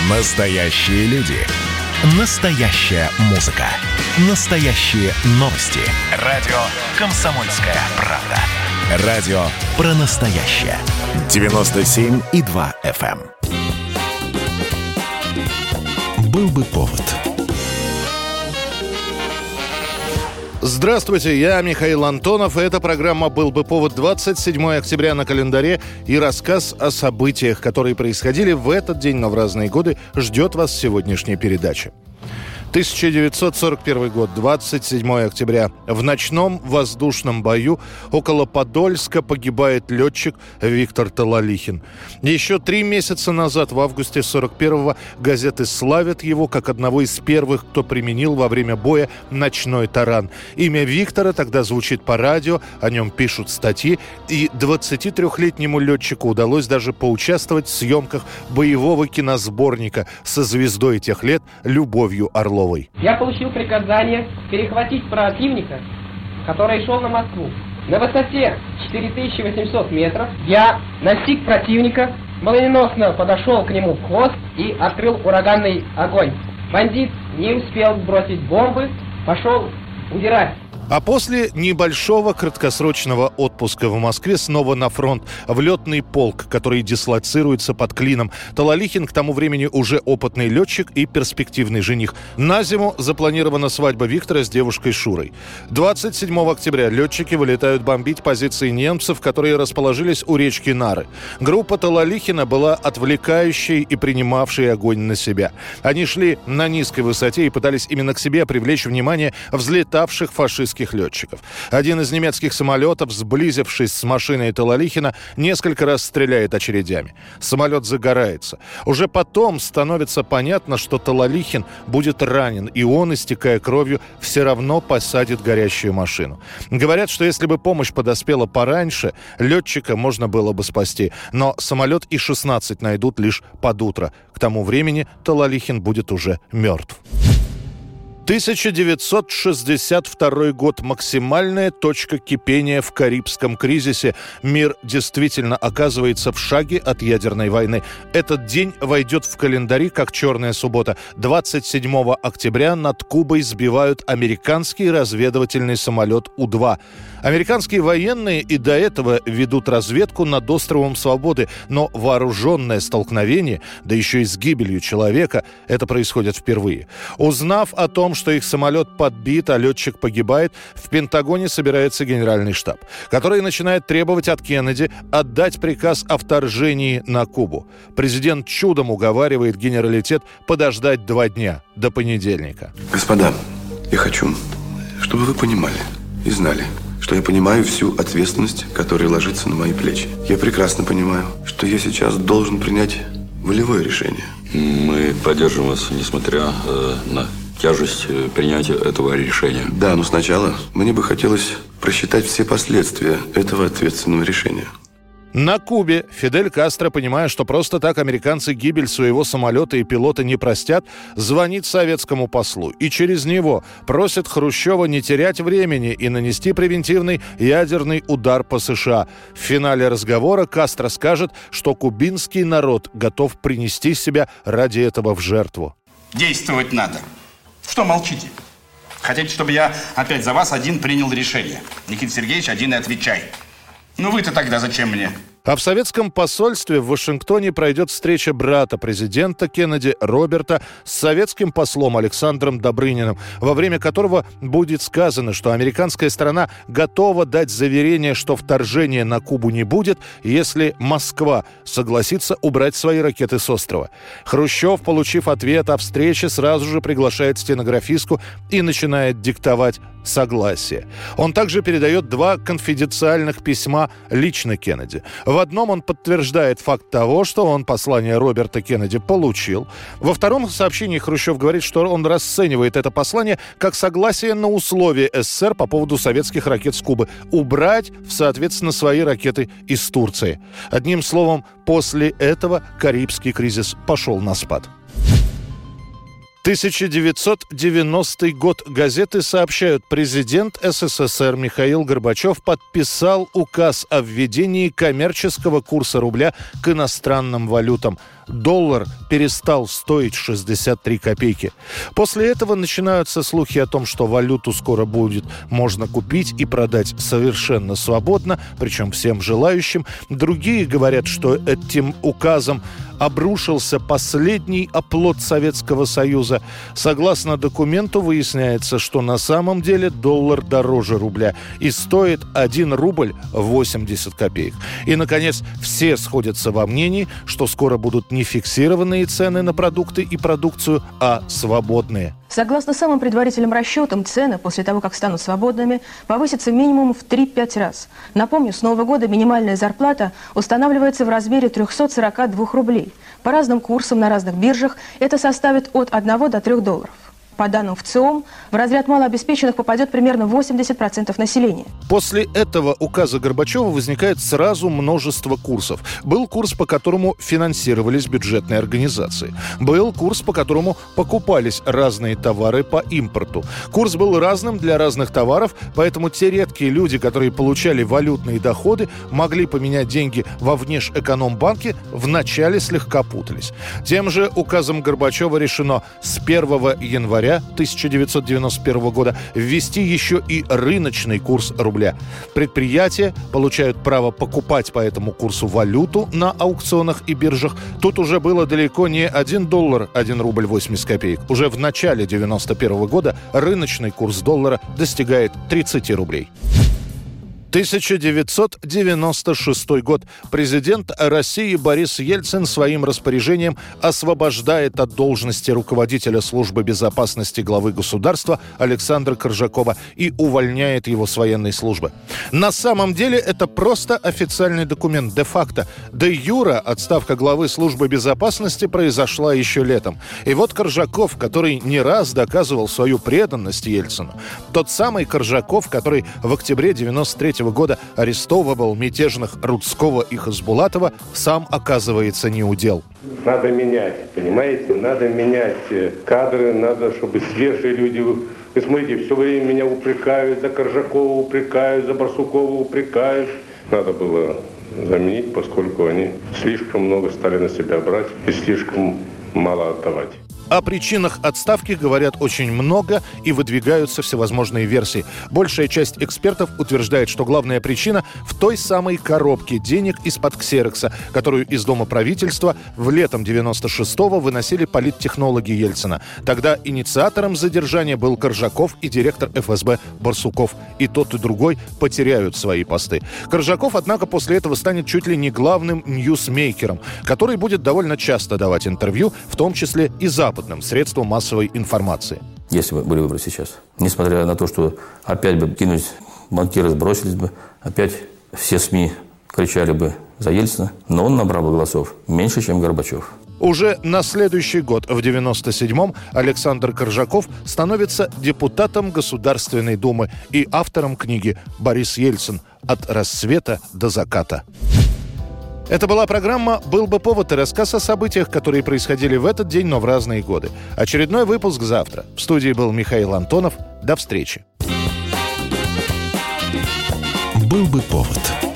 Настоящие люди. Настоящая музыка. Настоящие новости. Радио «Комсомольская правда». Радио про настоящее. 97,2 FM. Был бы повод. Здравствуйте, я Михаил Антонов, и эта программа «Был бы повод». 27 октября на календаре, и рассказ о событиях, которые происходили в этот день, но в разные годы, ждет вас в сегодняшней передаче. 1941 год, 27 октября. В ночном воздушном бою около Подольска погибает летчик Виктор Талалихин. Еще 3 месяца назад, в августе 41-го, газеты славят его как одного из первых, кто применил во время боя ночной таран. Имя Виктора тогда звучит по радио, о нем пишут статьи, и 23-летнему летчику удалось даже поучаствовать в съемках боевого киносборника со звездой тех лет Любовью Орловой. Я получил приказание перехватить противника, который шел на Москву. На высоте 4800 метров я настиг противника, молниеносно подошел к нему в хвост и открыл ураганный огонь. Бандит не успел бросить бомбы, пошел удирать. А после небольшого краткосрочного отпуска в Москве снова на фронт, в летный полк, который дислоцируется под Клином. Талалихин к тому времени уже опытный летчик и перспективный жених. На зиму запланирована свадьба Виктора с девушкой Шурой. 27 октября летчики вылетают бомбить позиции немцев, которые расположились у речки Нары. Группа Талалихина была отвлекающей и принимавшей огонь на себя. Они шли на низкой высоте и пытались именно к себе привлечь внимание взлетавших фашистских летчиков. Один из немецких самолетов, сблизившись с машиной Талалихина, несколько раз стреляет очередями. Самолет загорается. Уже потом становится понятно, что Талалихин будет ранен, и он, истекая кровью, все равно посадит горящую машину. Говорят, что если бы помощь подоспела пораньше, летчика можно было бы спасти. Но самолет И-16 найдут лишь под утро. К тому времени Талалихин будет уже мертв. 1962 год. Максимальная точка кипения в Карибском кризисе. Мир действительно оказывается в шаге от ядерной войны. Этот день войдет в календари как черная суббота. 27 октября над Кубой сбивают американский разведывательный самолет У-2. Американские военные и до этого ведут разведку над островом Свободы, но вооруженное столкновение, да еще и с гибелью человека, это происходит впервые. Узнав о том, что их самолет подбит, а летчик погибает, в Пентагоне собирается генеральный штаб, который начинает требовать от Кеннеди отдать приказ о вторжении на Кубу. Президент чудом уговаривает генералитет подождать 2 дня, до понедельника. Господа, я хочу, чтобы вы понимали и знали, что я понимаю всю ответственность, которая ложится на мои плечи. Я прекрасно понимаю, что я сейчас должен принять волевое решение. Мы поддержим вас, несмотря на тяжесть принятия этого решения. Да, но сначала мне бы хотелось просчитать все последствия этого ответственного решения. На Кубе Фидель Кастро, понимая, что просто так американцы гибель своего самолета и пилота не простят, звонит советскому послу и через него просит Хрущева не терять времени и нанести превентивный ядерный удар по США. В финале разговора Кастро скажет, что кубинский народ готов принести себя ради этого в жертву. Действовать надо. Что молчите? Хотите, чтобы я опять за вас один принял решение? Никита Сергеевич, один и отвечай. Ну вы-то тогда зачем мне? А в советском посольстве в Вашингтоне пройдет встреча брата президента Кеннеди Роберта с советским послом Александром Добрыниным, во время которого будет сказано, что американская сторона готова дать заверение, что вторжения на Кубу не будет, если Москва согласится убрать свои ракеты с острова. Хрущев, получив ответ о встрече, сразу же приглашает стенографистку и начинает диктовать согласие. Он также передает 2 конфиденциальных письма лично Кеннеди. В одном он подтверждает факт того, что он послание Роберта Кеннеди получил. Во втором сообщении Хрущев говорит, что он расценивает это послание как согласие на условия СССР по поводу советских ракет с Кубы убрать, соответственно, свои ракеты из Турции. Одним словом, после этого Карибский кризис пошел на спад. 1990 год. Газеты сообщают, президент СССР Михаил Горбачев подписал указ о введении коммерческого курса рубля к иностранным валютам. доллар перестал стоить 63 копейки. После этого начинаются слухи о том, что валюту скоро будет можно купить и продать совершенно свободно, причем всем желающим. Другие говорят, что этим указом обрушился последний оплот Советского Союза. Согласно документу, выясняется, что на самом деле доллар дороже рубля и стоит 1 рубль 80 копеек. И, наконец, все сходятся во мнении, что скоро будут не фиксированные цены на продукты и продукцию, а свободные. Согласно самым предварительным расчетам, цены после того, как станут свободными, повысятся минимум в 3-5 раз. Напомню, с Нового года минимальная зарплата устанавливается в размере 342 рублей. По разным курсам на разных биржах это составит от 1 до 3 долларов. По данным ВЦИОМ, в разряд малообеспеченных попадет примерно 80% населения. После этого указа Горбачева возникает сразу множество курсов. Был курс, по которому финансировались бюджетные организации. Был курс, по которому покупались разные товары по импорту. Курс был разным для разных товаров, поэтому те редкие люди, которые получали валютные доходы, могли поменять деньги во внешэкономбанке, вначале слегка путались. Тем же указом Горбачева решено с 1 января 1991 года ввести еще и рыночный курс рубля. Предприятия получают право покупать по этому курсу валюту на аукционах и биржах. Тут уже было далеко не 1 доллар 1 рубль 80 копеек. Уже в начале 1991 года рыночный курс доллара достигает 30 рублей. 1996 год. Президент России Борис Ельцин своим распоряжением освобождает от должности руководителя службы безопасности главы государства Александра Коржакова и увольняет его с военной службы. На самом деле это просто официальный документ. Де-факто, де-юре отставка главы службы безопасности произошла еще летом. И вот Коржаков, который не раз доказывал свою преданность Ельцину, тот самый Коржаков, который в октябре 1993 года арестовывал мятежных Рудского и Хасбулатова, сам оказывается не удел. Надо менять, понимаете? Надо менять кадры, надо, чтобы свежие люди... Вы смотрите, все время меня упрекают, за Коржакова упрекают, за Барсукова упрекают. Надо было заменить, поскольку они слишком много стали на себя брать и слишком мало отдавать. О причинах отставки говорят очень много и выдвигаются всевозможные версии. Большая часть экспертов утверждает, что главная причина в той самой коробке денег из-под ксерокса, которую из Дома правительства в летом 96-го выносили политтехнологи Ельцина. Тогда инициатором задержания был Коржаков и директор ФСБ Барсуков. И тот, и другой потеряют свои посты. Коржаков, однако, после этого станет чуть ли не главным ньюсмейкером, который будет довольно часто давать интервью, в том числе и западным средством массовой информации. Если бы были выборы сейчас, несмотря на то, что опять бы кинулись, банкиры сбросились бы, опять все СМИ кричали бы за Ельцина, но он набрал бы голосов меньше, чем Горбачев. Уже на следующий год, в 97-м, Александр Коржаков становится депутатом Государственной Думы и автором книги «Борис Ельцин. От рассвета до заката». Это была программа «Был бы повод» и рассказ о событиях, которые происходили в этот день, но в разные годы. Очередной выпуск завтра. В студии был Михаил Антонов. До встречи. «Был бы повод».